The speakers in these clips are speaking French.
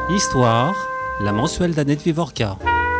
Histoire, la mensuelle d'Annette Vivorca.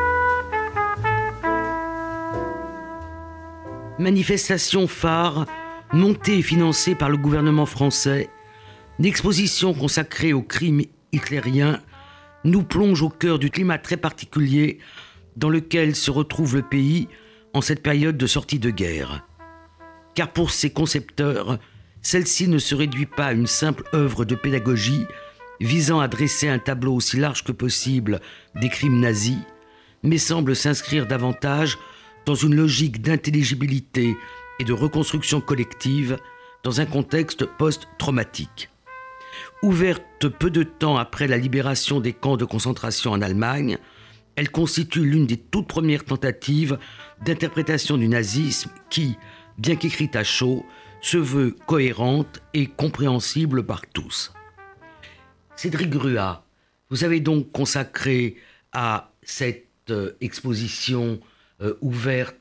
Manifestation phare, montée et financée par le gouvernement français, une exposition consacrée au crime hitlérien nous plonge au cœur du climat très particulier dans lequel se retrouve le pays en cette période de sortie de guerre. Car pour ses concepteurs, celle-ci ne se réduit pas à une simple œuvre de pédagogie visant à dresser un tableau aussi large que possible des crimes nazis, mais semble s'inscrire davantage dans une logique d'intelligibilité et de reconstruction collective dans un contexte post-traumatique. Ouverte peu de temps après la libération des camps de concentration en Allemagne, elle constitue l'une des toutes premières tentatives d'interprétation du nazisme qui, bien qu'écrite à chaud, se veut cohérente et compréhensible par tous. Cédric Gruat, vous avez donc consacré à cette exposition ouverte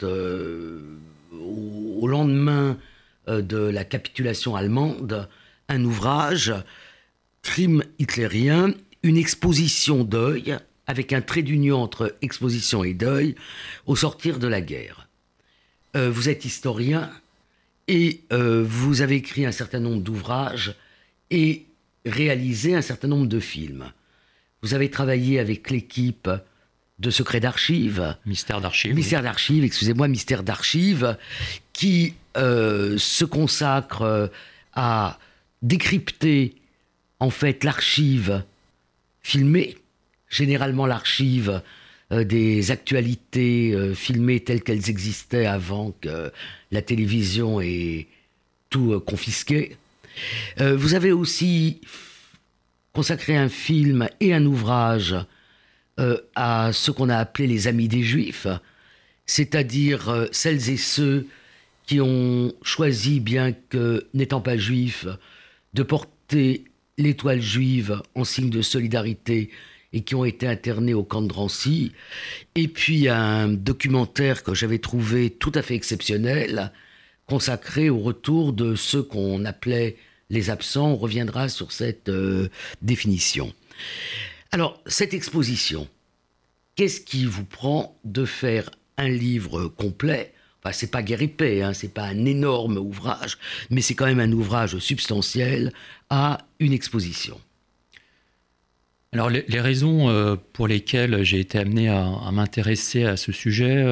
au lendemain de la capitulation allemande, un ouvrage, Crime hitlérien, une exposition deuil, avec un trait d'union entre exposition et deuil, au sortir de la guerre. Vous êtes historien et vous avez écrit un certain nombre d'ouvrages et réalisé un certain nombre de films. Vous avez travaillé avec l'équipe de Secret d'Archives. Mystère d'Archives. Mystère d'Archives, excusez-moi, Mystère d'Archives, qui se consacre à décrypter en fait l'archive filmée, généralement l'archive des actualités filmées telles qu'elles existaient avant que la télévision ait tout confisqué. Vous avez aussi consacré un film et un ouvrage à ce qu'on a appelé les amis des Juifs, c'est-à-dire celles et ceux qui ont choisi, bien que n'étant pas juifs, de porter l'étoile juive en signe de solidarité et qui ont été internés au camp de Drancy. Et puis un documentaire que j'avais trouvé tout à fait exceptionnel, consacré au retour de ceux qu'on appelait les absents. On reviendra sur cette définition. Alors, cette exposition, qu'est-ce qui vous prend de faire un livre complet ? Enfin, c'est pas Guerre et Paix, c'est pas un énorme ouvrage, mais c'est quand même un ouvrage substantiel à une exposition. Alors, les raisons pour lesquelles j'ai été amené à m'intéresser à ce sujet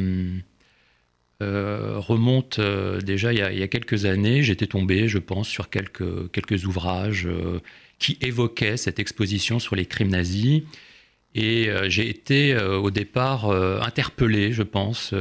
remontent déjà il y a quelques années. J'étais tombé, je pense, sur quelques ouvrages qui évoquaient cette exposition sur les crimes nazis. Et j'ai été au départ interpellé, je pense,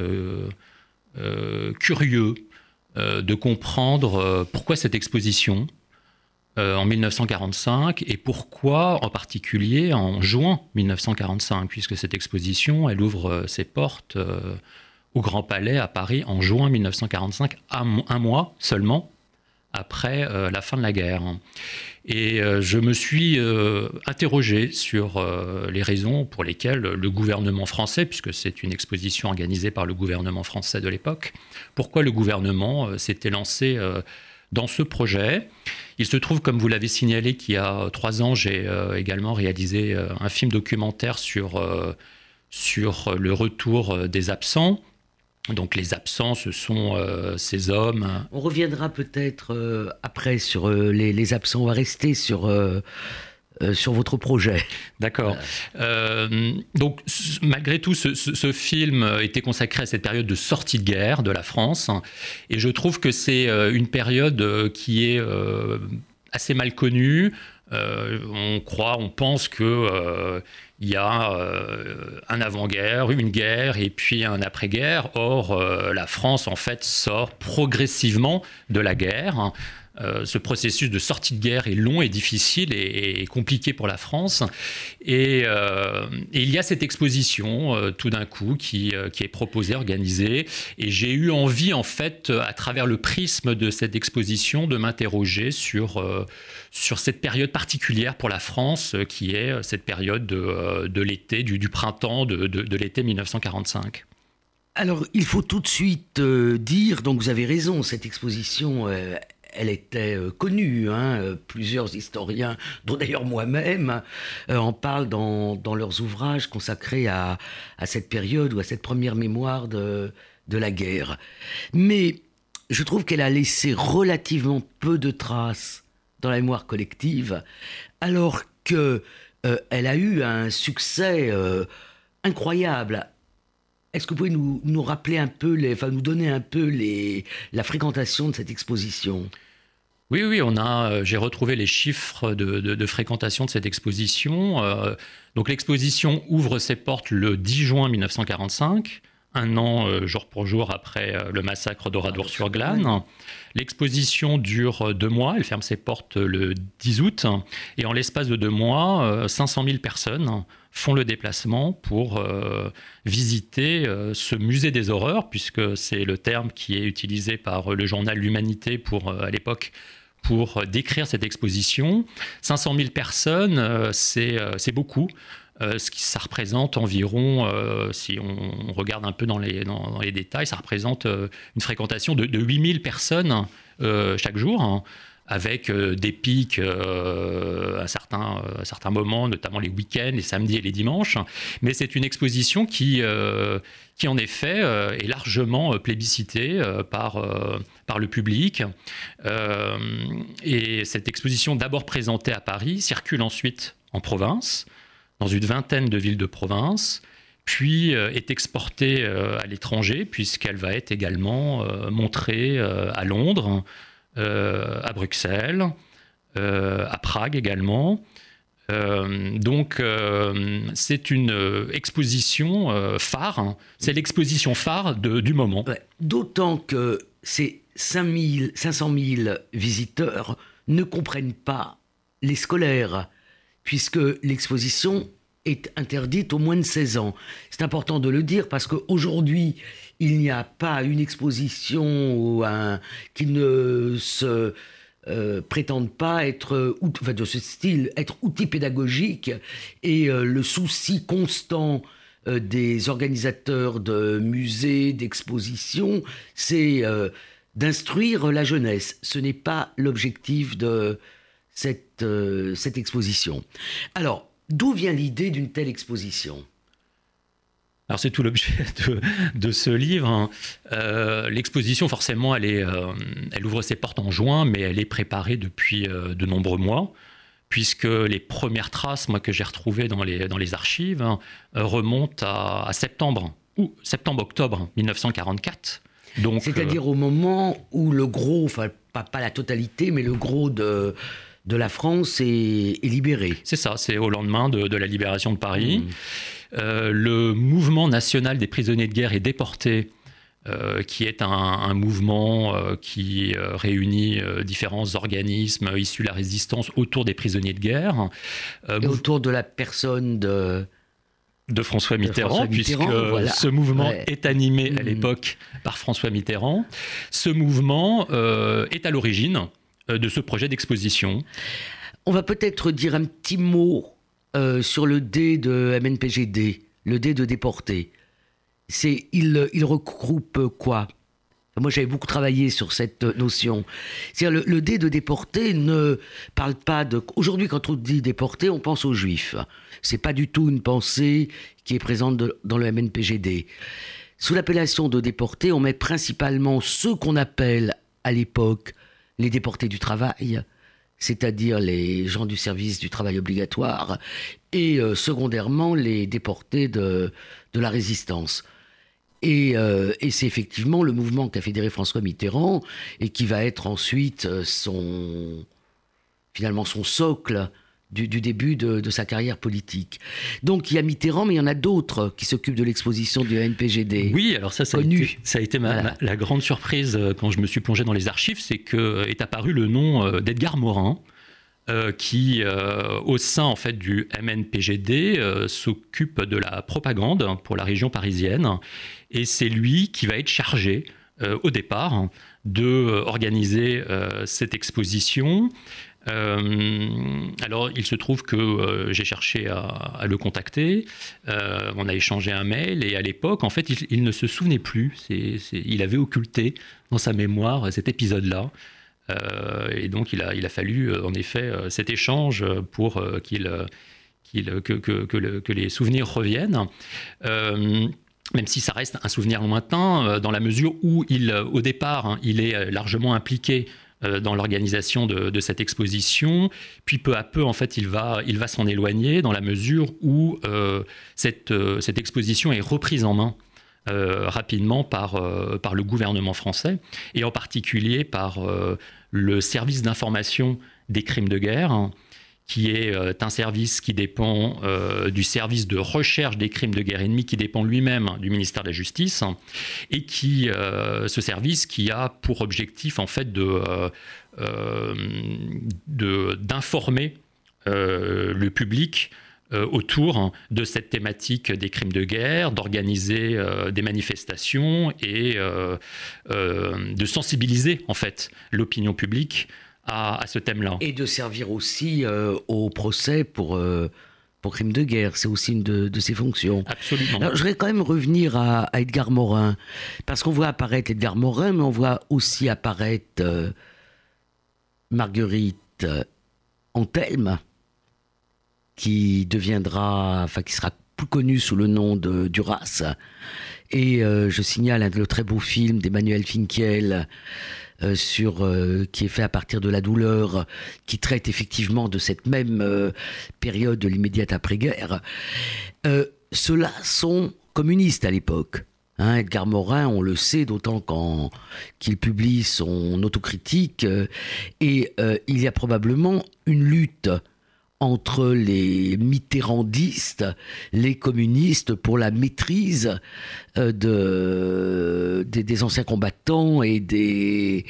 curieux de comprendre pourquoi cette exposition en 1945 et pourquoi en particulier en juin 1945, puisque cette exposition, elle ouvre ses portes au Grand Palais à Paris en juin 1945, un mois seulement après la fin de la guerre. Et je me suis interrogé sur les raisons pour lesquelles le gouvernement français, puisque c'est une exposition organisée par le gouvernement français de l'époque, pourquoi le gouvernement s'était lancé dans ce projet. Il se trouve, comme vous l'avez signalé, qu'il y a 3 ans, j'ai également réalisé un film documentaire sur le retour des absents. Donc les absents, ce sont ces hommes. On reviendra peut-être après sur les absents. On va rester sur votre projet. D'accord. Donc malgré tout, ce film était consacré à cette période de sortie de guerre de la France. Et je trouve que c'est une période qui est assez mal connue. On pense que il y a un avant-guerre, une guerre et puis un après-guerre. Or, la France, en fait, sort progressivement de la guerre. Ce processus de sortie de guerre est long et difficile et compliqué pour la France. Et il y a cette exposition, tout d'un coup, qui est proposée, organisée. Et j'ai eu envie, en fait, à travers le prisme de cette exposition, de m'interroger sur cette période particulière pour la France, qui est cette période de l'été, du printemps de l'été 1945. Alors, il faut tout de suite dire, donc vous avez raison, cette exposition, elle était connue. Plusieurs historiens, dont d'ailleurs moi-même, en parlent dans leurs ouvrages consacrés à cette période ou à cette première mémoire de la guerre. Mais je trouve qu'elle a laissé relativement peu de traces dans la mémoire collective, alors que elle a eu un succès incroyable. Est-ce que vous pouvez nous rappeler un peu, nous donner un peu la fréquentation de cette exposition ? Oui, j'ai retrouvé les chiffres de fréquentation de cette exposition. Donc l'exposition ouvre ses portes le 10 juin 1945, un an jour pour jour après le massacre d'Oradour-sur-Glane. L'exposition dure 2 mois, elle ferme ses portes le 10 août, et en l'espace de 2 mois, 500 000 personnes font le déplacement pour visiter ce musée des horreurs, puisque c'est le terme qui est utilisé par le journal L'Humanité à l'époque pour décrire cette exposition. 500 000 personnes, c'est beaucoup. Ça représente environ, si on regarde un peu dans les détails, ça représente une fréquentation de 8000 personnes chaque jour, avec des pics à certains moments, notamment les week-ends, les samedis et les dimanches. Mais c'est une exposition qui en effet, est largement plébiscitée par le public. Et cette exposition, d'abord présentée à Paris, circule ensuite en province, dans une vingtaine de villes de province, puis est exportée à l'étranger, puisqu'elle va être également montrée à Londres, à Bruxelles, à Prague également. Donc c'est une exposition phare, c'est l'exposition phare du moment. Ouais, d'autant que ces 500 000 visiteurs ne comprennent pas les scolaires, puisque l'exposition est interdite aux moins de 16 ans. C'est important de le dire parce qu'aujourd'hui, il n'y a pas une exposition qui ne se prétende pas être, de ce style, être outil pédagogique, et le souci constant des organisateurs de musées, d'expositions, c'est d'instruire la jeunesse. Ce n'est pas l'objectif de cette exposition. Alors, d'où vient l'idée d'une telle exposition ? Alors c'est tout l'objet de ce livre. L'exposition, forcément, elle ouvre ses portes en juin, mais elle est préparée depuis de nombreux mois, puisque les premières traces que j'ai retrouvées dans les archives remontent à septembre-octobre 1944. Donc, c'est-à-dire au moment où le gros, pas la totalité, mais le gros de la France est libéré. C'est ça, c'est au lendemain de la libération de Paris. Le mouvement national des prisonniers de guerre et déportés, qui est un mouvement qui réunit différents organismes issus de la résistance autour des prisonniers de guerre. Et autour de la personne de François Mitterrand, puisque voilà. Ce mouvement est animé à l'époque par François Mitterrand. Ce mouvement est à l'origine de ce projet d'exposition. On va peut-être dire un petit mot sur le D de MNPGD, le D de déporté. Il regroupe quoi ? Moi, j'avais beaucoup travaillé sur cette notion. C'est-à-dire, le D de déporté ne parle pas de... Aujourd'hui, quand on dit déporté, on pense aux Juifs. C'est pas du tout une pensée qui est présente dans le MNPGD. Sous l'appellation de déporté, on met principalement ceux qu'on appelle à l'époque les déportés du travail, c'est-à-dire les gens du service du travail obligatoire, et secondairement les déportés de la résistance. Et c'est effectivement le mouvement qu'a fédéré François Mitterrand et qui va être ensuite son socle du début de sa carrière politique. Donc il y a Mitterrand, mais il y en a d'autres qui s'occupent de l'exposition du NPGD. Oui, alors ça a été la grande surprise quand je me suis plongé dans les archives, c'est qu'est apparu le nom d'Edgar Morin, qui, au sein en fait, du MNPGD, s'occupe de la propagande pour la région parisienne. Et c'est lui qui va être chargé, au départ, d'organiser cette exposition. Alors, il se trouve que j'ai cherché à le contacter. On a échangé un mail et à l'époque, en fait, il ne se souvenait plus. Il avait occulté dans sa mémoire cet épisode-là. Et donc il a fallu en effet cet échange pour que les souvenirs reviennent. Même si ça reste un souvenir lointain, dans la mesure où au départ, il est largement impliqué dans l'organisation de cette exposition, puis peu à peu, en fait, il va s'en éloigner dans la mesure où cette exposition est reprise en main rapidement par le gouvernement français, et en particulier par le service d'information des crimes de guerre, qui est un service qui dépend du service de recherche des crimes de guerre ennemis, qui dépend lui-même du ministère de la Justice, et ce service qui a pour objectif en fait d'informer le public autour de cette thématique des crimes de guerre, d'organiser des manifestations et de sensibiliser en fait l'opinion publique à ce thème-là. Et de servir aussi au procès pour crimes de guerre. C'est aussi une de ses fonctions. Absolument. Alors, je voudrais quand même revenir à Edgar Morin, parce qu'on voit apparaître Edgar Morin, mais on voit aussi apparaître Marguerite Antelme, qui sera plus connue sous le nom de Duras. Et je signale le très beau film d'Emmanuel Finkiel, qui est fait à partir de la douleur, qui traite effectivement de cette même période de l'immédiate après-guerre. Ceux-là sont communistes à l'époque. Edgar Morin, on le sait, d'autant qu'il publie son autocritique. Et il y a probablement une lutte entre les mitterrandistes, les communistes, pour la maîtrise des anciens combattants et de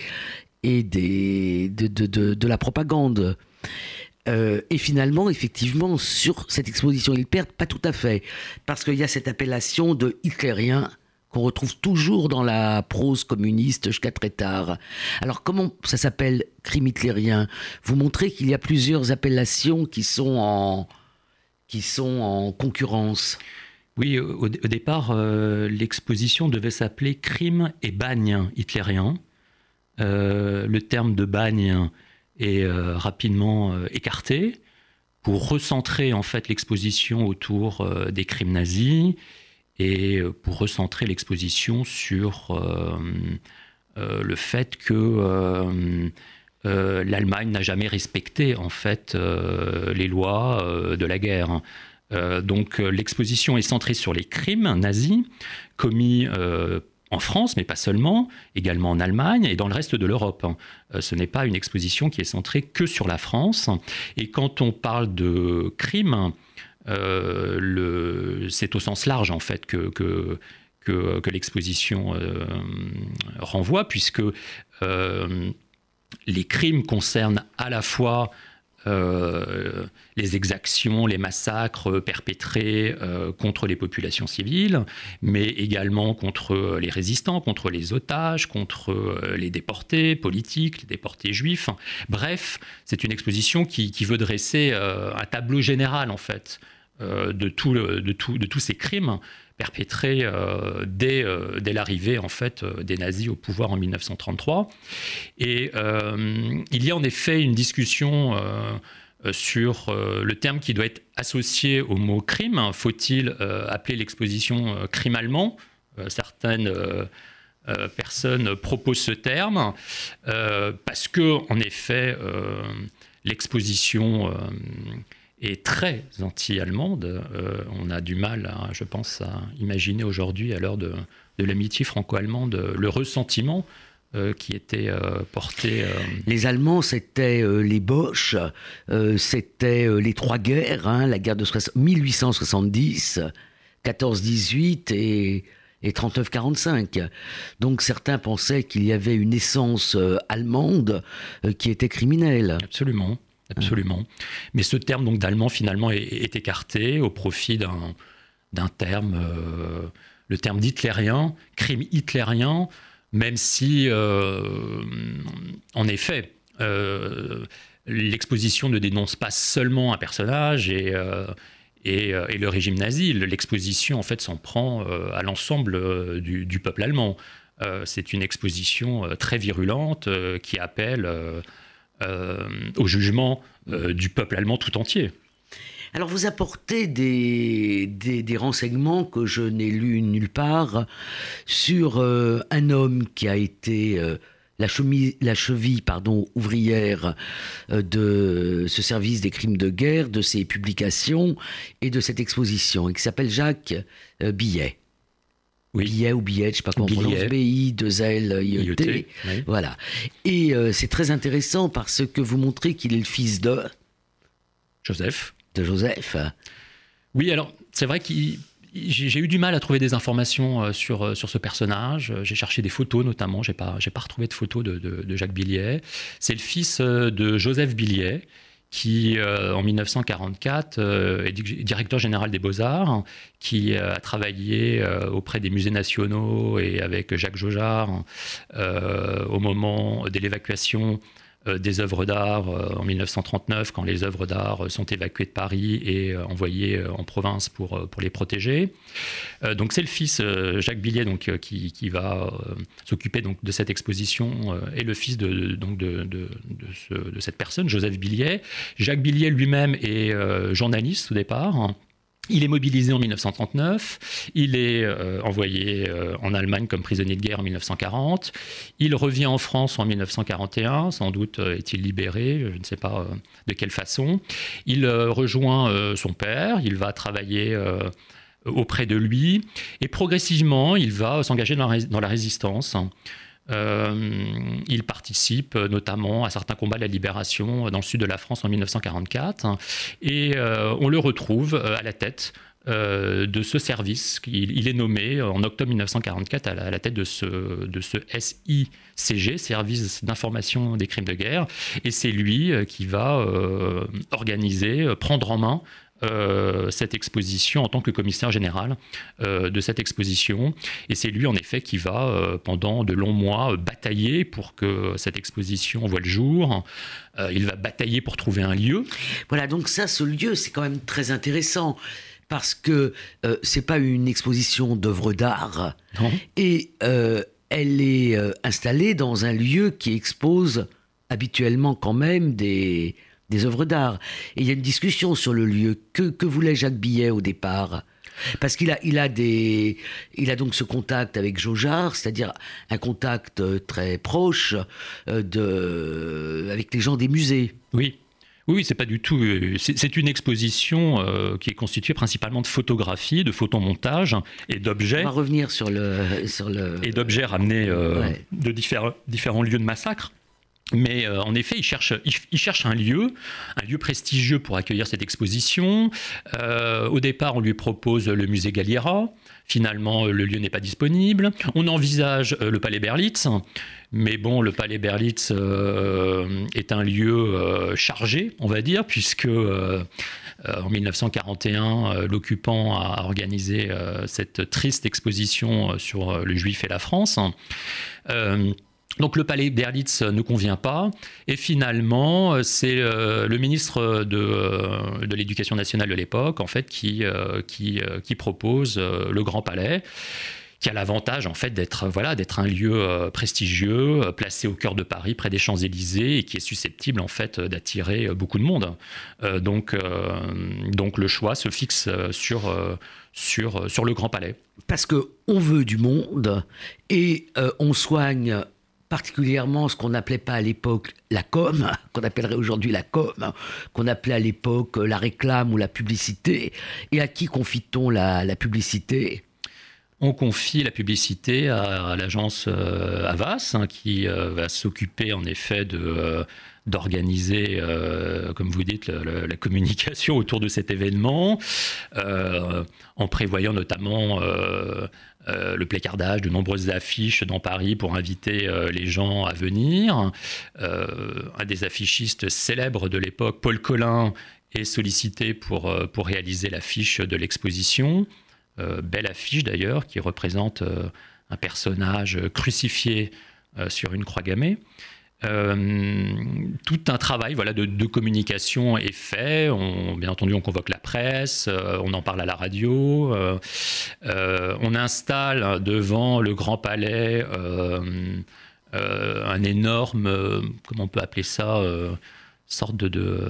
la propagande. Et finalement, effectivement, sur cette exposition, ils perdent pas tout à fait, parce qu'il y a cette appellation de hitlérien qu'on retrouve toujours dans la prose communiste jusqu'à très tard. Alors comment ça s'appelle, crime hitlérien ? Vous montrez qu'il y a plusieurs appellations qui sont en concurrence. Oui, au départ, l'exposition devait s'appeler Crime et bagne hitlérien. Le terme de bagne est rapidement écarté pour recentrer en fait l'exposition autour des crimes nazis, et pour recentrer l'exposition sur le fait que l'Allemagne n'a jamais respecté en fait les lois de la guerre. Donc l'exposition est centrée sur les crimes nazis commis en France, mais pas seulement, également en Allemagne et dans le reste de l'Europe. Ce n'est pas une exposition qui est centrée que sur la France. Et quand on parle de crimes, c'est au sens large en fait que l'exposition renvoie, puisque les crimes concernent à la fois les exactions, les massacres perpétrés contre les populations civiles, mais également contre les résistants, contre les otages, contre les déportés politiques, les déportés juifs. Bref, c'est une exposition qui veut dresser un tableau général en fait de tous ces crimes perpétrés dès l'arrivée en fait des nazis au pouvoir en 1933. Et il y a en effet une discussion sur le terme qui doit être associé au mot crime. Faut-il appeler l'exposition crime allemand ? Certaines personnes proposent ce terme parce que en effet l'exposition est très anti-allemande. On a du mal, je pense, à imaginer aujourd'hui, à l'heure de l'amitié franco-allemande, le ressentiment qui était porté... Les Allemands, c'était les Boches, c'était les trois guerres, la guerre de 1870, 14-18 et 39-45. Donc certains pensaient qu'il y avait une essence allemande qui était criminelle. Absolument. Absolument. Mais ce terme donc d'allemand finalement est écarté au profit d'un terme, le terme d'hitlérien, crime hitlérien, même si en effet l'exposition ne dénonce pas seulement un personnage et le régime nazi. L'exposition en fait s'en prend à l'ensemble du peuple allemand. c'est une exposition très virulente qui appelle au jugement du peuple allemand tout entier. Alors vous apportez des renseignements que je n'ai lus nulle part sur un homme qui a été la cheville ouvrière de ce service des crimes de guerre, de ses publications et de cette exposition, et qui s'appelle Jacques Billet. Oui. Billet ou Billet, je ne sais pas comment on prononce, B-I-2-L-I-E-T. Oui. Voilà. Et c'est très intéressant parce que vous montrez qu'il est le fils de Joseph. Oui, alors c'est vrai que j'ai eu du mal à trouver des informations sur ce personnage. J'ai cherché des photos notamment, j'ai pas retrouvé de photos de Jacques Billet. C'est le fils de Joseph Billet qui, en 1944, est directeur général des Beaux-Arts, qui a travaillé auprès des musées nationaux et avec Jacques Jaujard au moment de l'évacuation des œuvres d'art en 1939, quand les œuvres d'art sont évacuées de Paris et envoyées en province pour les protéger. Donc c'est le fils Jacques Billet qui va s'occuper de cette exposition et le fils de cette personne, Joseph Billet. Jacques Billet lui-même est journaliste au départ. Il est mobilisé en 1939, il est envoyé en Allemagne comme prisonnier de guerre en 1940, il revient en France en 1941, sans doute est-il libéré, je ne sais pas de quelle façon. Il rejoint son père, il va travailler auprès de lui, et progressivement il va s'engager dans la résistance. Il participe notamment à certains combats de la libération dans le sud de la France en 1944 et on le retrouve à la tête de ce service. Il est nommé en octobre 1944 à la tête de ce SICG, Service d'information des crimes de guerre, et c'est lui qui va organiser, prendre en main cette exposition en tant que commissaire général de cette exposition. Et c'est lui, en effet, qui va, pendant de longs mois, batailler pour que cette exposition voie le jour. Il va batailler pour trouver un lieu. Voilà, donc ce lieu, c'est quand même très intéressant parce que c'est pas une exposition d'œuvres d'art. Non. Et elle est installée dans un lieu qui expose habituellement quand même des œuvres d'art. Et il y a une discussion sur le lieu. Que voulait Jacques Billet au départ ? Parce qu'il a donc ce contact avec Jaujard, c'est-à-dire un contact très proche avec les gens des musées. Oui, c'est pas du tout. C'est une exposition qui est constituée principalement de photographies, de photomontages et d'objets. On va revenir sur le... Et d'objets ramenés de différents lieux de massacre. Mais en effet, il cherche un lieu prestigieux pour accueillir cette exposition. Au départ, on lui propose le musée Galliera. Finalement, le lieu n'est pas disponible. On envisage le Palais Berlitz. Mais bon, le Palais Berlitz est un lieu chargé, on va dire, puisque en 1941, l'occupant a organisé cette triste exposition sur le Juif et la France. Donc le palais Berlitz ne convient pas et finalement c'est le ministre de l'Éducation nationale de l'époque en fait qui propose le Grand Palais, qui a l'avantage en fait d'être un lieu prestigieux, placé au cœur de Paris, près des Champs-Élysées, et qui est susceptible en fait d'attirer beaucoup de monde. Donc le choix se fixe sur le Grand Palais. Parce que on veut du monde et on soigne particulièrement ce qu'on n'appelait pas à l'époque la com, qu'on appellerait aujourd'hui la com, qu'on appelait à l'époque la réclame ou la publicité. Et à qui confie-t-on la publicité ? On confie la publicité à l'agence Havas, qui va s'occuper en effet d'organiser, comme vous dites, la communication autour de cet événement, en prévoyant notamment le placardage de nombreuses affiches dans Paris pour inviter les gens à venir. Un des affichistes célèbres de l'époque, Paul Colin, est sollicité pour réaliser l'affiche de l'exposition. Belle affiche d'ailleurs, qui représente un personnage crucifié sur une croix gammée. tout un travail de communication est fait. Bien entendu, on convoque la presse, on en parle à la radio, on installe devant le Grand Palais un énorme, comment on peut appeler ça, sorte de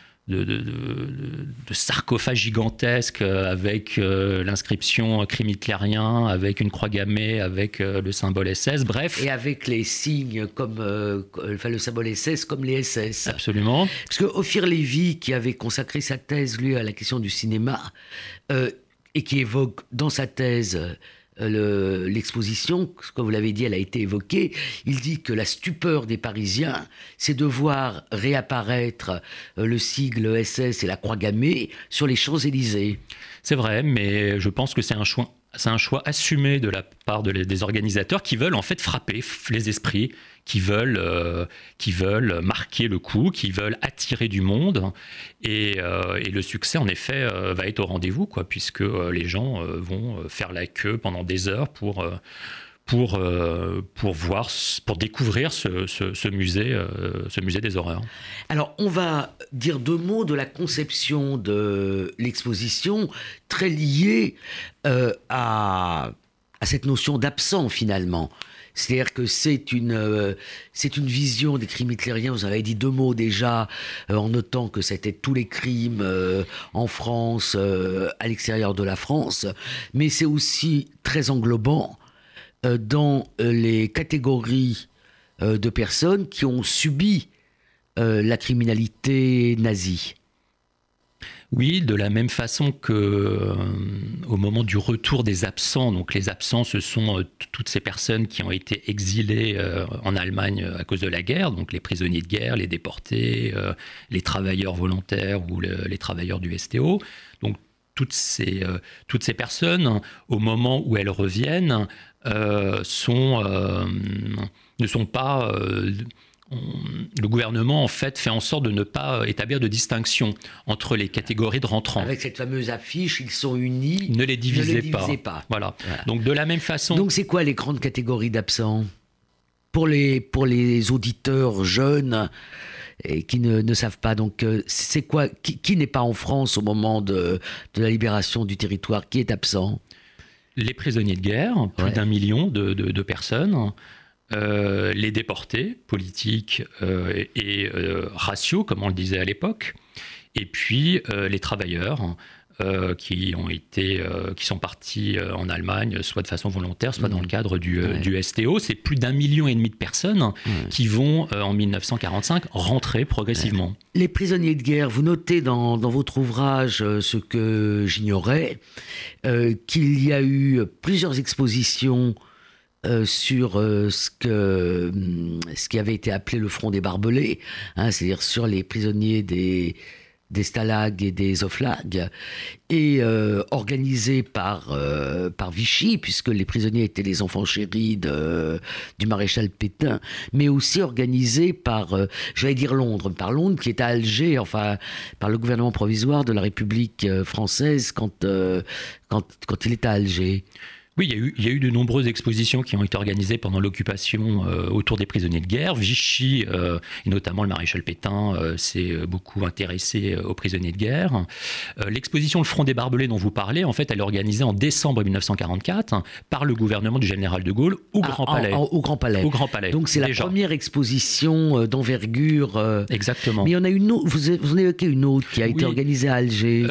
sarcophage gigantesque avec l'inscription crime hitlérien, avec une croix gammée, avec le symbole SS, bref. Et avec les signes comme le symbole SS comme les SS. Absolument. Parce que Ophir Lévy, qui avait consacré sa thèse, lui, à la question du cinéma, et qui évoque dans sa thèse l'exposition, comme vous l'avez dit, elle a été évoquée. Il dit que la stupeur des Parisiens, c'est de voir réapparaître le sigle SS et la croix gammée sur les Champs-Élysées. C'est vrai, mais je pense que c'est un choix assumé de la part des organisateurs qui veulent en fait frapper les esprits, qui veulent marquer le coup, qui veulent attirer du monde. Et le succès, en effet, va être au rendez-vous, puisque les gens vont faire la queue pendant des heures pour découvrir ce musée des horreurs. Alors, on va dire 2 mots de la conception de l'exposition, très liée à cette notion d'absent, finalement. C'est-à-dire que c'est une vision des crimes hitlériens. Vous en avez dit 2 mots déjà, en notant que c'était tous les crimes en France, à l'extérieur de la France. Mais c'est aussi très englobant dans les catégories de personnes qui ont subi la criminalité nazie. Oui, de la même façon que au moment du retour des absents, donc les absents, ce sont toutes ces personnes qui ont été exilées en Allemagne à cause de la guerre, donc les prisonniers de guerre, les déportés, les travailleurs volontaires ou les travailleurs du STO. Donc toutes ces personnes, au moment où elles reviennent, ne sont pas... le gouvernement, en fait, fait en sorte de ne pas établir de distinction entre les catégories de rentrants. Avec cette fameuse affiche, ils sont unis. Ne les divisez pas. Voilà. Donc, de la même façon... Donc, c'est quoi les grandes catégories d'absents pour les auditeurs jeunes et qui ne savent pas, donc c'est quoi qui n'est pas en France au moment de la libération du territoire? Qui est absent? Les prisonniers de guerre, plus d'1 million de personnes. Les déportés politiques et raciaux, comme on le disait à l'époque, et puis les travailleurs qui sont partis en Allemagne, soit de façon volontaire, soit dans le cadre du STO. C'est plus d'1,5 million de personnes qui vont, en 1945, rentrer progressivement. Les prisonniers de guerre, vous notez dans votre ouvrage ce que j'ignorais, qu'il y a eu plusieurs expositions sur ce qui avait été appelé le front des barbelés, c'est-à-dire sur les prisonniers des stalags et des oflags, et organisé par Vichy, puisque les prisonniers étaient les enfants chéris du maréchal Pétain, mais aussi organisé par, j'allais dire Londres, qui est à Alger, enfin par le gouvernement provisoire de la République française quand il est à Alger. Oui, il y a eu de nombreuses expositions qui ont été organisées pendant l'occupation autour des prisonniers de guerre. Vichy, et notamment le maréchal Pétain, s'est beaucoup intéressé aux prisonniers de guerre. L'exposition Le Front des Barbelés dont vous parlez, en fait, elle est organisée en décembre 1944 par le gouvernement du général de Gaulle au Grand Palais. Au Grand Palais. Au Grand Palais. Donc c'est déjà la première exposition d'envergure. Exactement. Mais il y en a une autre, vous en évoquez une autre qui a été organisée à Alger.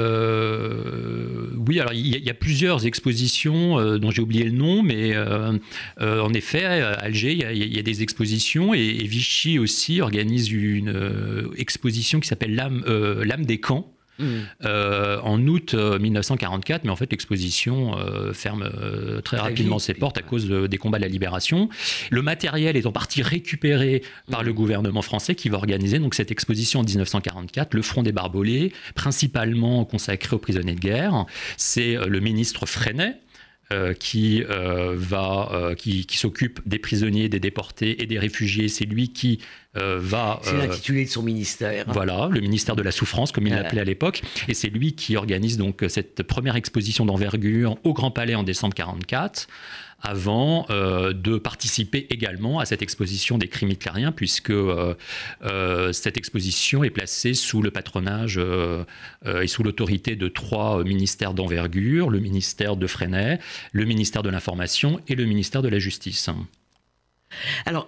Oui, alors il y a plusieurs expositions dont j'ai oublié le nom, mais en effet, à Alger, il y a des expositions, et Vichy aussi organise une exposition qui s'appelle L'âme des camps, en août 1944, mais en fait l'exposition ferme très rapidement ses portes à cause des combats de la libération. Le matériel est en partie récupéré par le gouvernement français qui va organiser donc cette exposition en 1944, Le Front des Barbelés, principalement consacré aux prisonniers de guerre. C'est le ministre Freinet qui s'occupe des prisonniers, des déportés et des réfugiés. C'est lui qui va... C'est l'intitulé de son ministère. Voilà, le ministère de la souffrance, comme il l'appelait à l'époque. Et c'est lui qui organise donc cette première exposition d'envergure au Grand Palais en décembre 1944, avant de participer également à cette exposition des crimes hitlériens, puisque cette exposition est placée sous le patronage et sous l'autorité de 3 ministères d'envergure, le ministère de Freinet, le ministère de l'Information et le ministère de la Justice. Alors,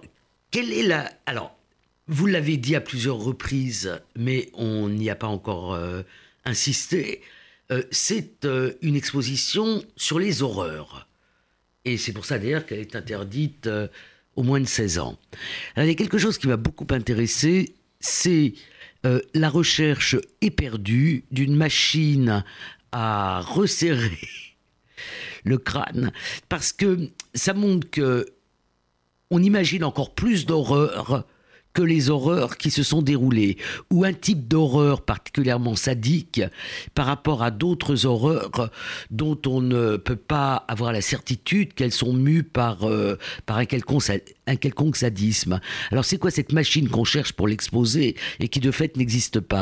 vous l'avez dit à plusieurs reprises, mais on n'y a pas encore insisté, c'est une exposition sur les horreurs. Et c'est pour ça d'ailleurs qu'elle est interdite aux moins de 16 ans. Alors, il y a quelque chose qui m'a beaucoup intéressé, c'est la recherche éperdue d'une machine à resserrer le crâne, parce que ça montre que on imagine encore plus d'horreurs que les horreurs qui se sont déroulées, ou un type d'horreur particulièrement sadique par rapport à d'autres horreurs dont on ne peut pas avoir la certitude qu'elles sont mues par un quelconque sadisme. Alors c'est quoi cette machine qu'on cherche pour l'exposer et qui de fait n'existe pas ?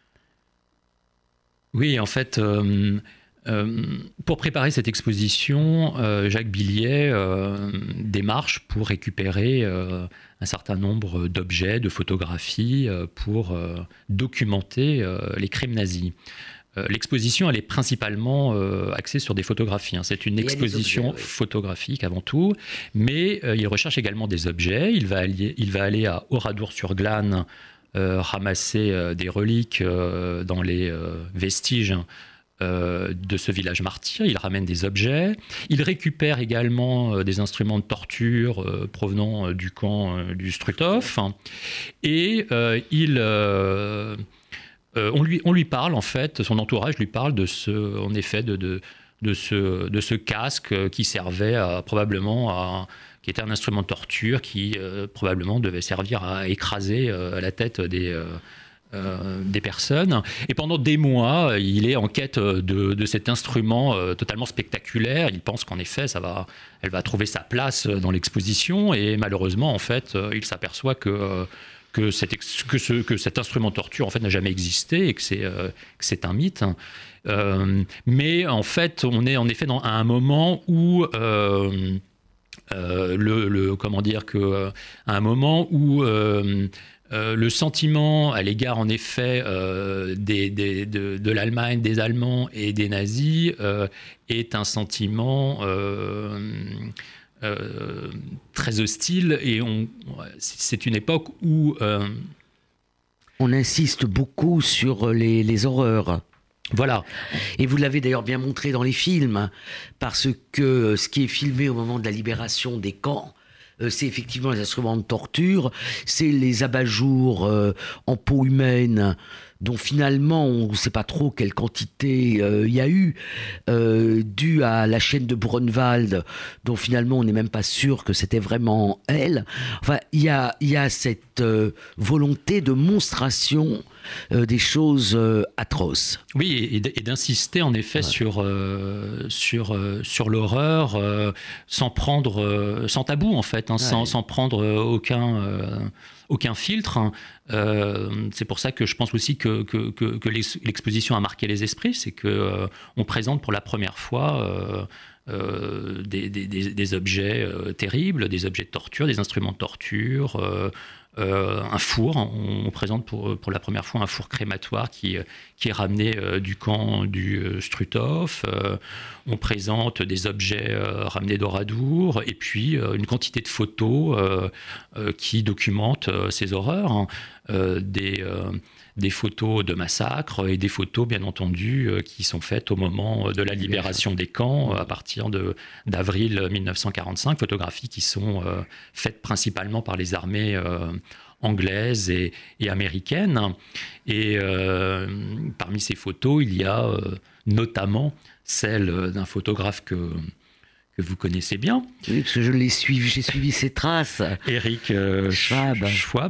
Oui, en fait... pour préparer cette exposition, Jacques Billiet démarche pour récupérer un certain nombre d'objets, de photographies pour documenter les crimes nazis. L'exposition, elle est principalement axée sur des photographies. C'est une exposition photographique avant tout, mais il recherche également des objets. Il va aller à Oradour-sur-Glane ramasser des reliques dans les vestiges de ce village martyr. Il ramène des objets. Il récupère également des instruments de torture provenant du camp du Struthof. Et on lui parle, en fait, son entourage lui parle de ce casque qui servait qui était un instrument de torture qui probablement devait servir à écraser la tête des personnes. Et pendant des mois, il est en quête de cet instrument totalement spectaculaire. Il pense qu'en effet, elle va trouver sa place dans l'exposition. Et malheureusement, en fait, il s'aperçoit que cet instrument de torture en fait n'a jamais existé et que c'est un mythe. Mais en fait, on est en effet à un moment où le sentiment à l'égard, en effet, de l'Allemagne, des Allemands et des nazis est un sentiment très hostile. Et c'est une époque où... on insiste beaucoup sur les horreurs. Voilà. Et vous l'avez d'ailleurs bien montré dans les films, parce que ce qui est filmé au moment de la libération des camps, c'est effectivement les instruments de torture, c'est les abat-jours en peau humaine, dont finalement on ne sait pas trop quelle quantité il y a eu, dû à la chaîne de Brunwald, dont finalement on n'est même pas sûr que c'était vraiment elle. Enfin, il y a cette volonté de monstration des choses atroces. Oui, et d'insister en effet sur l'horreur, sans tabou en fait, sans prendre aucun filtre. C'est pour ça que je pense aussi que l'exposition a marqué les esprits, c'est que on présente pour la première fois des objets terribles, des objets de torture, des instruments de torture. Un four, on présente pour la première fois un four crématoire qui est ramené du camp du Struthof. On présente des objets ramenés d'Oradour et puis une quantité de photos qui documentent ces horreurs, des photos de massacres et des photos, bien entendu, qui sont faites au moment de la libération des camps à partir d'avril 1945, photographies qui sont faites principalement par les armées anglaises et américaines. Et parmi ces photos, il y a notamment celle d'un photographe que vous connaissez bien. Oui, parce que j'ai suivi ses traces. Éric Schwab,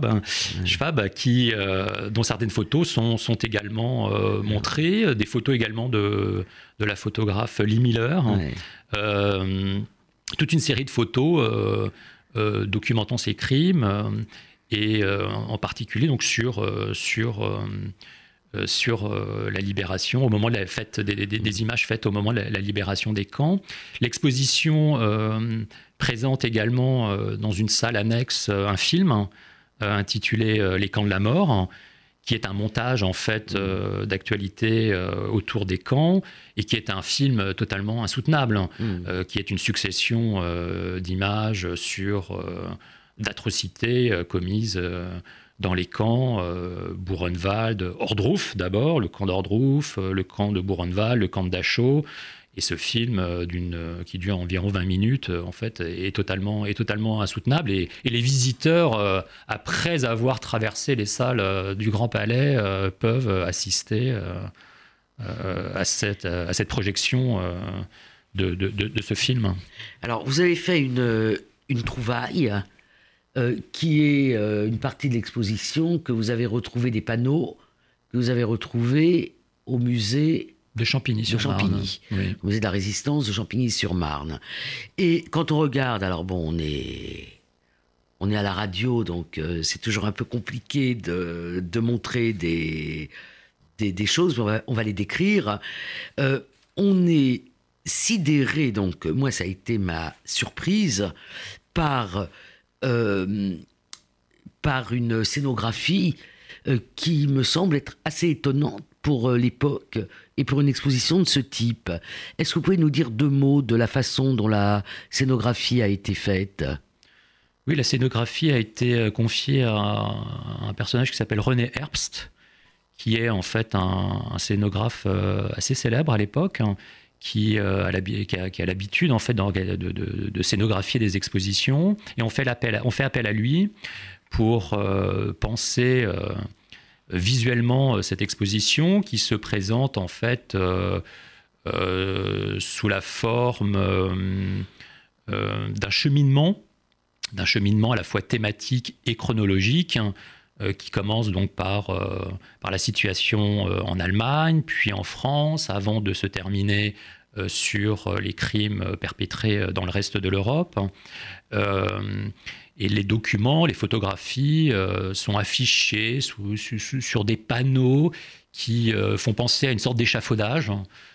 dont certaines photos sont également montrées, des photos également de la photographe Lee Miller. Ouais. Toute une série de photos documentant ces crimes, et en particulier donc sur sur la libération, au moment de la fête, des images faites au moment de la libération des camps. L'exposition présente également dans une salle annexe un film intitulé Les camps de la mort, qui est un montage en fait d'actualité autour des camps et qui est un film totalement insoutenable, qui est une succession d'images sur d'atrocités commises dans les camps, Buchenwald, Ohrdruf d'abord, le camp d'Ohrdruf, le camp de Buchenwald, le camp de Dachau. Et ce film, qui dure environ 20 minutes, en fait, est totalement insoutenable. Et les visiteurs, après avoir traversé les salles du Grand Palais, peuvent assister à cette projection de ce film. Alors, vous avez fait une trouvaille qui est une partie de l'exposition, que vous avez retrouvé des panneaux, que vous avez retrouvés au musée de Champigny-sur-Marne. Oui. Au musée de la Résistance de Champigny-sur-Marne. Et quand on regarde, alors bon, on est à la radio, donc c'est toujours un peu compliqué de montrer des choses, mais on va les décrire. On est sidéré, donc moi ça a été ma surprise, par une scénographie qui me semble être assez étonnante pour l'époque et pour une exposition de ce type. Est-ce que vous pouvez nous dire 2 mots de la façon dont la scénographie a été faite ? Oui, la scénographie a été confiée à un personnage qui s'appelle René Herbst, qui est en fait un scénographe assez célèbre à l'époque, qui a l'habitude en fait de scénographier des expositions, et on fait appel à lui pour penser visuellement cette exposition, qui se présente en fait sous la forme d'un cheminement à la fois thématique et chronologique, qui commence donc par la situation en Allemagne, puis en France, avant de se terminer sur les crimes perpétrés dans le reste de l'Europe. Et les documents, les photographies sont affichés sur des panneaux qui font penser à une sorte d'échafaudage.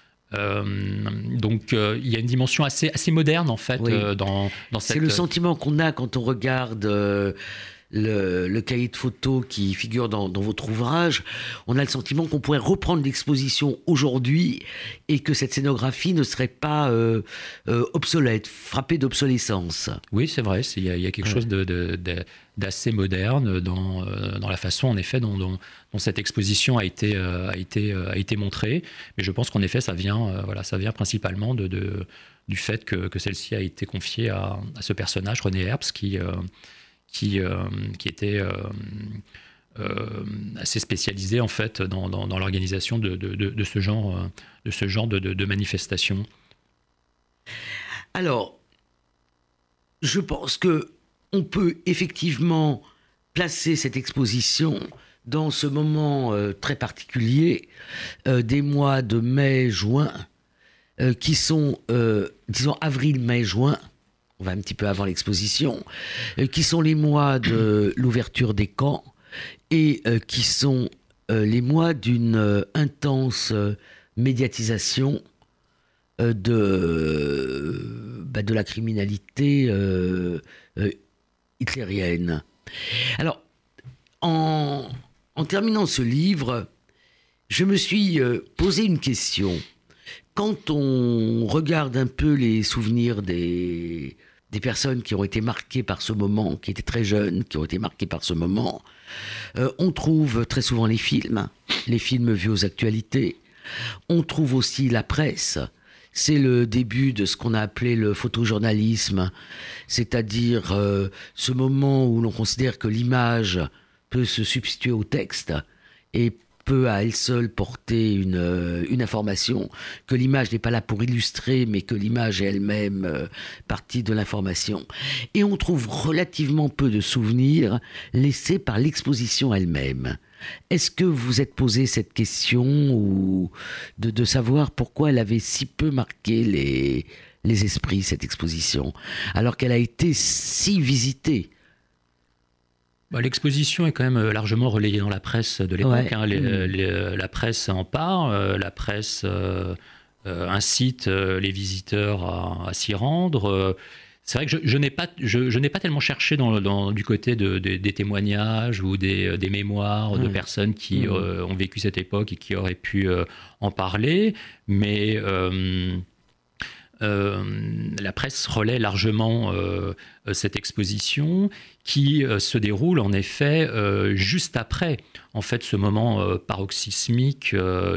Donc il y a une dimension assez moderne en fait, oui. Dans cette... C'est le sentiment qu'on a quand on regarde le cahier de photos qui figure dans votre ouvrage. On a le sentiment qu'on pourrait reprendre l'exposition aujourd'hui et que cette scénographie ne serait pas obsolète, frappée d'obsolescence. Oui, c'est vrai, il y a quelque chose d'assez moderne dans la façon, en effet, dont cette exposition a été montrée. Mais je pense qu'en effet, ça vient principalement du fait que celle-ci a été confiée à ce personnage, René Herbst, qui était assez spécialisé en fait dans l'organisation de ce genre de manifestations. Alors, je pense que on peut effectivement placer cette exposition dans ce moment très particulier des mois de mai-juin, qui sont, disons, avril, mai, juin. On va un petit peu avant l'exposition, qui sont les mois de l'ouverture des camps et qui sont les mois d'une intense médiatisation de la criminalité hitlérienne. Alors, en terminant ce livre, je me suis posé une question. Quand on regarde un peu les souvenirs des personnes qui ont été marquées par ce moment, qui étaient très jeunes, qui ont été marquées par ce moment, on trouve très souvent les films vus aux actualités. On trouve aussi la presse. C'est le début de ce qu'on a appelé le photojournalisme, c'est-à-dire ce moment où l'on considère que l'image peut se substituer au texte et peut à elle seule porter une information, que l'image n'est pas là pour illustrer, mais que l'image est elle-même partie de l'information. Et on trouve relativement peu de souvenirs laissés par l'exposition elle-même. Est-ce que vous vous êtes posé cette question ou de savoir pourquoi elle avait si peu marqué les esprits, cette exposition, alors qu'elle a été si visitée? L'exposition est quand même largement relayée dans la presse de l'époque. Ouais. La presse en parle, la presse incite les visiteurs à s'y rendre. C'est vrai que je n'ai pas tellement cherché du côté des témoignages ou des mémoires de personnes qui ont vécu cette époque et qui auraient pu en parler, mais la presse relaie largement cette exposition qui se déroule en effet juste après en fait, ce moment paroxysmique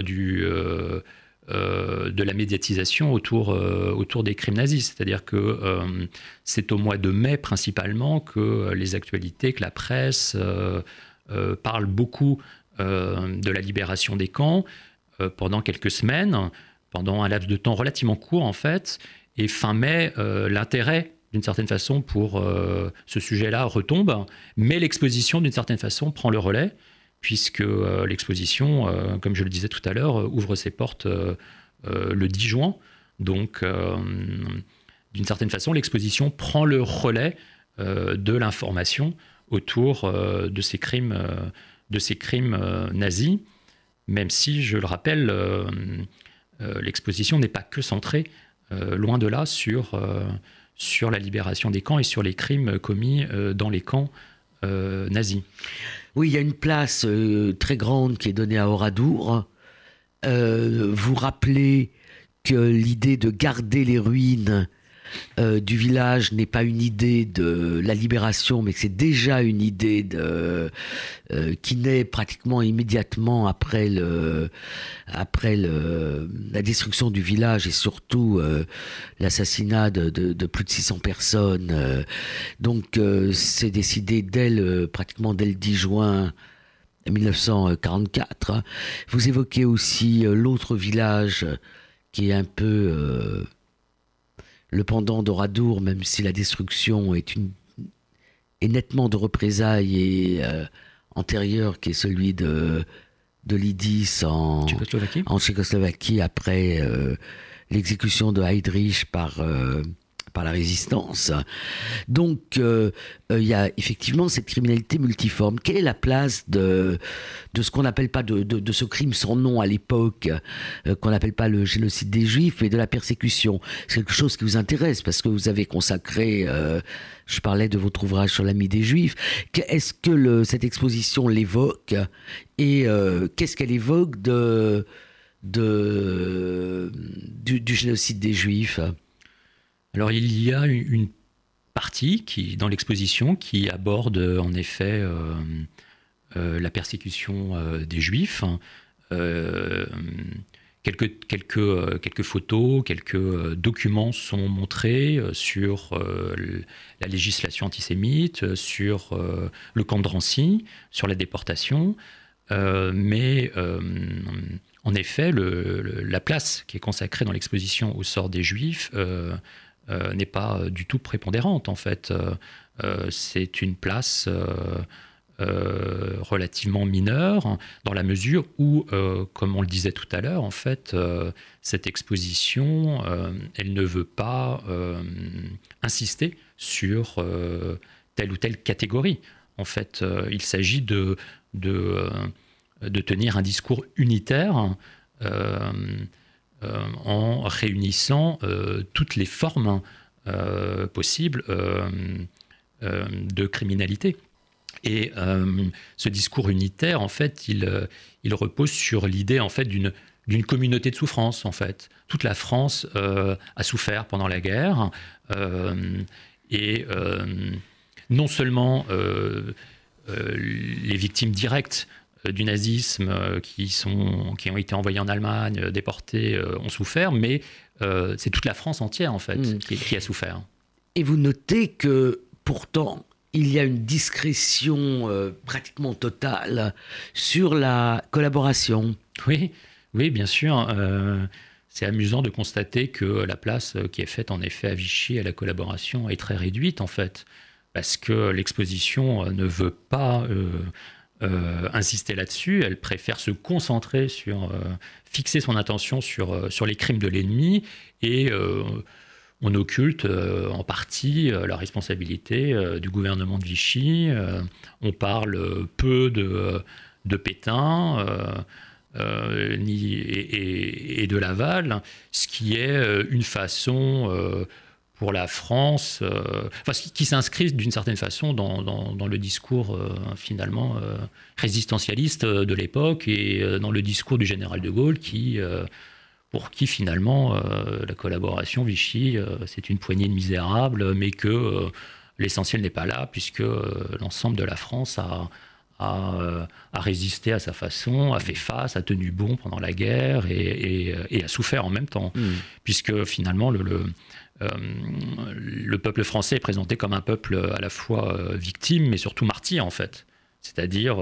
de la médiatisation autour des crimes nazis. C'est-à-dire que c'est au mois de mai principalement que les actualités, que la presse parle beaucoup de la libération des camps pendant quelques semaines, pendant un laps de temps relativement court en fait. Et fin mai, l'intérêt d'une certaine façon pour ce sujet-là retombe, mais l'exposition d'une certaine façon prend le relais, puisque l'exposition, comme je le disais tout à l'heure, ouvre ses portes le 10 juin. Donc, d'une certaine façon, l'exposition prend le relais de l'information autour de ces crimes nazis, même si, je le rappelle, l'exposition n'est pas que centrée, loin de là, sur la libération des camps et sur les crimes commis dans les camps nazis. Oui, il y a une place très grande qui est donnée à Oradour. Vous rappelez que l'idée de garder les ruines du village n'est pas une idée de la libération, mais que c'est déjà une idée qui naît pratiquement immédiatement après la destruction du village et surtout l'assassinat de plus de 600 personnes. Donc c'est décidé pratiquement dès le 10 juin 1944. Vous évoquez aussi l'autre village qui est un peu le pendant d'Oradour, même si la destruction est nettement de représailles et antérieure, qui est celui de Lidis en Tchécoslovaquie après l'exécution de Heydrich par la résistance. Donc, il y a effectivement cette criminalité multiforme. Quelle est la place de ce qu'on n'appelle pas de ce crime sans nom à l'époque, qu'on n'appelle pas le génocide des Juifs, et de la persécution? C'est quelque chose qui vous intéresse, parce que vous avez consacré, je parlais de votre ouvrage sur l'ami des Juifs. Est-ce que cette exposition l'évoque, et qu'est-ce qu'elle évoque du génocide des Juifs? Alors, il y a une partie dans l'exposition qui aborde en effet la persécution des Juifs. Quelques photos, quelques documents sont montrés sur la législation antisémite, sur le camp de Drancy, sur la déportation. Mais en effet, la place qui est consacrée dans l'exposition au sort des Juifs n'est pas du tout prépondérante, en fait. C'est une place relativement mineure, dans la mesure où, comme on le disait tout à l'heure, en fait, cette exposition, elle ne veut pas insister sur telle ou telle catégorie. En fait, il s'agit de tenir un discours unitaire en réunissant toutes les formes possibles de criminalité. Et ce discours unitaire, en fait, il repose sur l'idée, en fait, d'une communauté de souffrance, en fait. Toute la France a souffert pendant la guerre, et non seulement les victimes directes du nazisme qui ont été envoyés en Allemagne, déportés, ont souffert, mais c'est toute la France entière, en fait, qui a souffert. Et vous notez que, pourtant, il y a une discrétion pratiquement totale sur la collaboration. Oui, bien sûr. C'est amusant de constater que la place qui est faite, en effet, à Vichy à la collaboration est très réduite, en fait, parce que l'exposition ne veut pas insister là-dessus. Elle préfère se concentrer fixer son attention sur les crimes de l'ennemi et on occulte en partie la responsabilité du gouvernement de Vichy. On parle peu de Pétain et de Laval, ce qui est une façon pour la France, qui s'inscrit d'une certaine façon dans le discours finalement résistentialiste de l'époque et dans le discours du général de Gaulle pour qui finalement la collaboration Vichy, c'est une poignée de misérables, mais que l'essentiel n'est pas là, puisque l'ensemble de la France a résisté à sa façon, a fait face, a tenu bon pendant la guerre et a souffert en même temps, puisque finalement le peuple français est présenté comme un peuple à la fois victime, mais surtout martyr en fait, c'est-à-dire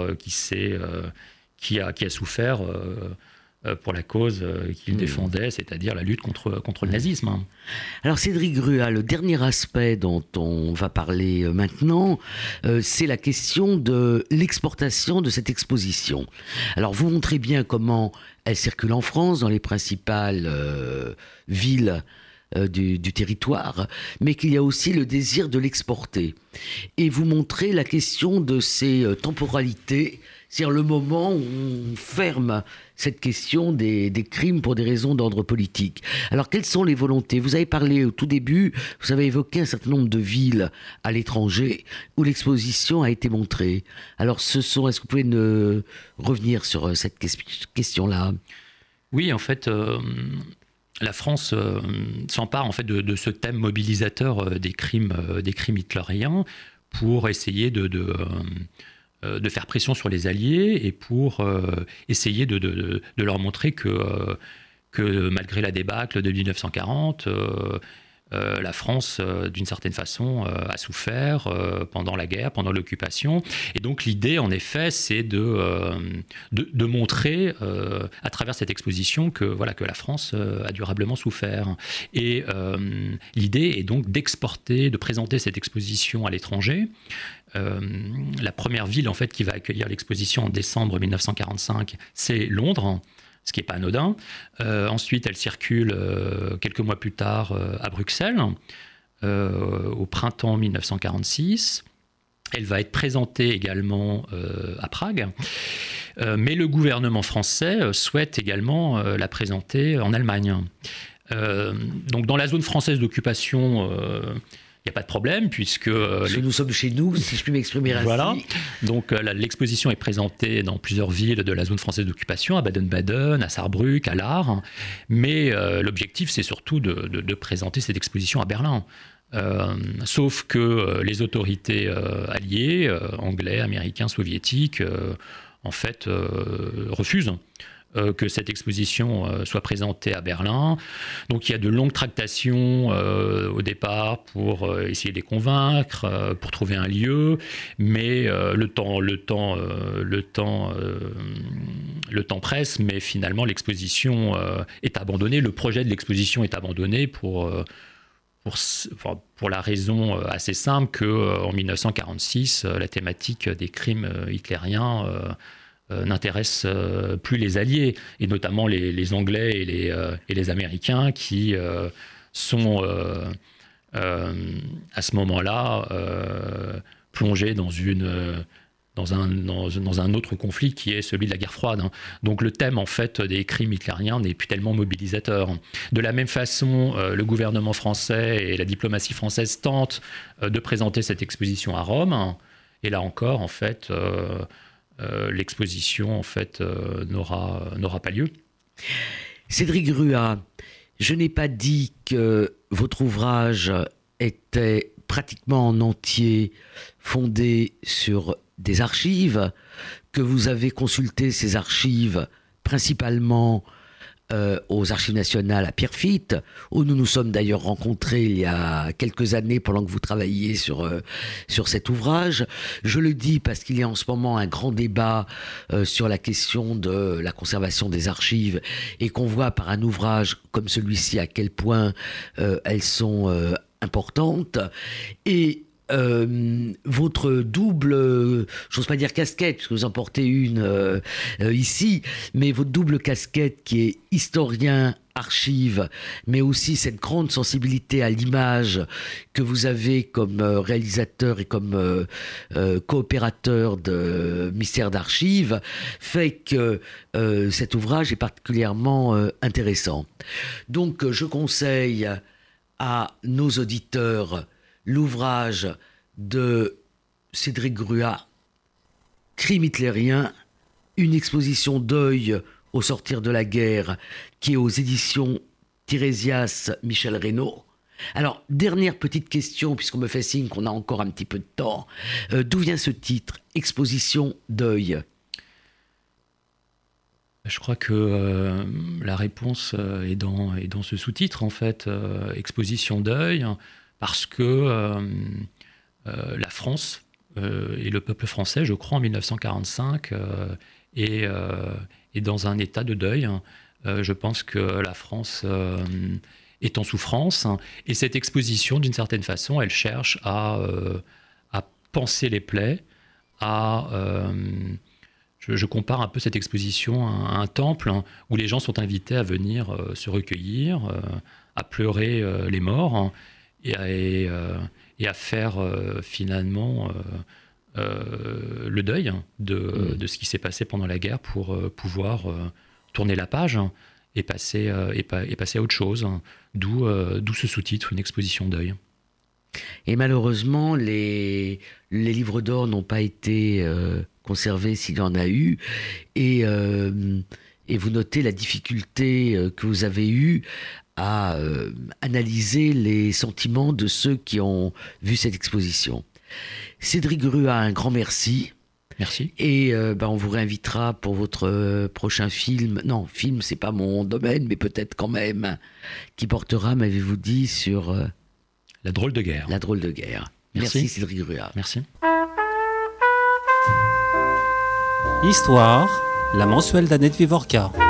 qui a souffert pour la cause qu'il défendait, c'est-à-dire la lutte contre le nazisme. Alors Cédric Gruat, le dernier aspect dont on va parler maintenant, c'est la question de l'exportation de cette exposition. Alors vous montrez bien comment elle circule en France, dans les principales villes du territoire, mais qu'il y a aussi le désir de l'exporter. Et vous montrez la question de ces temporalités, c'est-à-dire le moment où on ferme cette question des crimes pour des raisons d'ordre politique. Alors, quelles sont les volontés ? Vous avez parlé au tout début, vous avez évoqué un certain nombre de villes à l'étranger où l'exposition a été montrée. Alors, est-ce que vous pouvez revenir sur cette question-là ? Oui, en fait, la France s'empare en fait de ce thème mobilisateur des crimes hitlériens pour essayer de faire pression sur les Alliés et pour essayer de leur montrer que malgré la débâcle de 1940, la France, d'une certaine façon, a souffert pendant la guerre, pendant l'occupation. Et donc l'idée, en effet, c'est de montrer, à travers cette exposition, que la France a durablement souffert. Et l'idée est donc de présenter cette exposition à l'étranger. La première ville en fait qui va accueillir l'exposition en décembre 1945, c'est Londres, ce qui n'est pas anodin. Ensuite, elle circule quelques mois plus tard à Bruxelles, au printemps 1946. Elle va être présentée également à Prague. Mais le gouvernement français souhaite également la présenter en Allemagne. Donc dans la zone française d'occupation, il n'y a pas de problème puisque nous sommes chez nous, si je puis m'exprimer ainsi. Voilà. Donc l'exposition est présentée dans plusieurs villes de la zone française d'occupation, à Baden-Baden, à Sarrebruck, à Lahr. Mais l'objectif, c'est surtout de présenter cette exposition à Berlin. Sauf que les autorités alliées, anglais, américains, soviétiques, en fait, refusent que cette exposition soit présentée à Berlin. Donc il y a de longues tractations au départ pour essayer de les convaincre, pour trouver un lieu, mais le temps presse, mais finalement l'exposition est abandonnée, le projet de l'exposition est abandonné pour la raison assez simple qu'en 1946, la thématique des crimes hitlériens n'intéresse plus les Alliés, et notamment les Anglais et les Américains qui sont à ce moment-là plongés dans un autre conflit qui est celui de la guerre froide. Donc le thème en fait des crimes hitlériens n'est plus tellement mobilisateur. De la même façon, le gouvernement français et la diplomatie française tentent de présenter cette exposition à Rome, et là encore en fait l'exposition en fait n'aura pas lieu. Cédric Gruat, je n'ai pas dit que votre ouvrage était pratiquement en entier fondé sur des archives, que vous avez consulté ces archives principalement aux Archives nationales à Pierrefitte, où nous nous sommes d'ailleurs rencontrés il y a quelques années pendant que vous travailliez sur cet ouvrage. Je le dis parce qu'il y a en ce moment un grand débat sur la question de la conservation des archives, et qu'on voit par un ouvrage comme celui-ci à quel point elles sont importantes. Et votre double, j'ose pas dire casquette, puisque vous en portez une ici, mais votre double casquette qui est historien, archive, mais aussi cette grande sensibilité à l'image que vous avez comme réalisateur et comme coopérateur de Mystère d'Archives, fait que cet ouvrage est particulièrement intéressant. Donc je conseille à nos auditeurs l'ouvrage de Cédric Gruat, Crime hitlérien, une exposition deuil au sortir de la guerre, qui est aux éditions Tirésias Michel Reynaud. Alors, dernière petite question, puisqu'on me fait signe qu'on a encore un petit peu de temps. D'où vient ce titre, Exposition deuil ? Je crois que la réponse est dans ce sous-titre, en fait, Exposition deuil, parce que la France et le peuple français, je crois, en 1945, est dans un état de deuil. Je pense que la France est en souffrance, et cette exposition, d'une certaine façon, elle cherche à panser les plaies, je compare un peu cette exposition à un temple où les gens sont invités à venir se recueillir, à pleurer les morts, et à faire finalement le deuil de ce qui s'est passé pendant la guerre pour pouvoir tourner la page et passer à autre chose. D'où ce sous-titre, une exposition deuil. Et malheureusement, les livres d'or n'ont pas été conservés s'il y en a eu. Et vous notez la difficulté que vous avez eue à analyser les sentiments de ceux qui ont vu cette exposition. Cédric Gruat, un grand merci. Merci. Et on vous réinvitera pour votre prochain film. Non, film, c'est pas mon domaine, mais peut-être quand même. Qui portera, m'avez-vous dit, sur... La drôle de guerre. La drôle de guerre. Merci Cédric Gruat. Merci. Histoire, la mensuelle d'Annette Vivorca.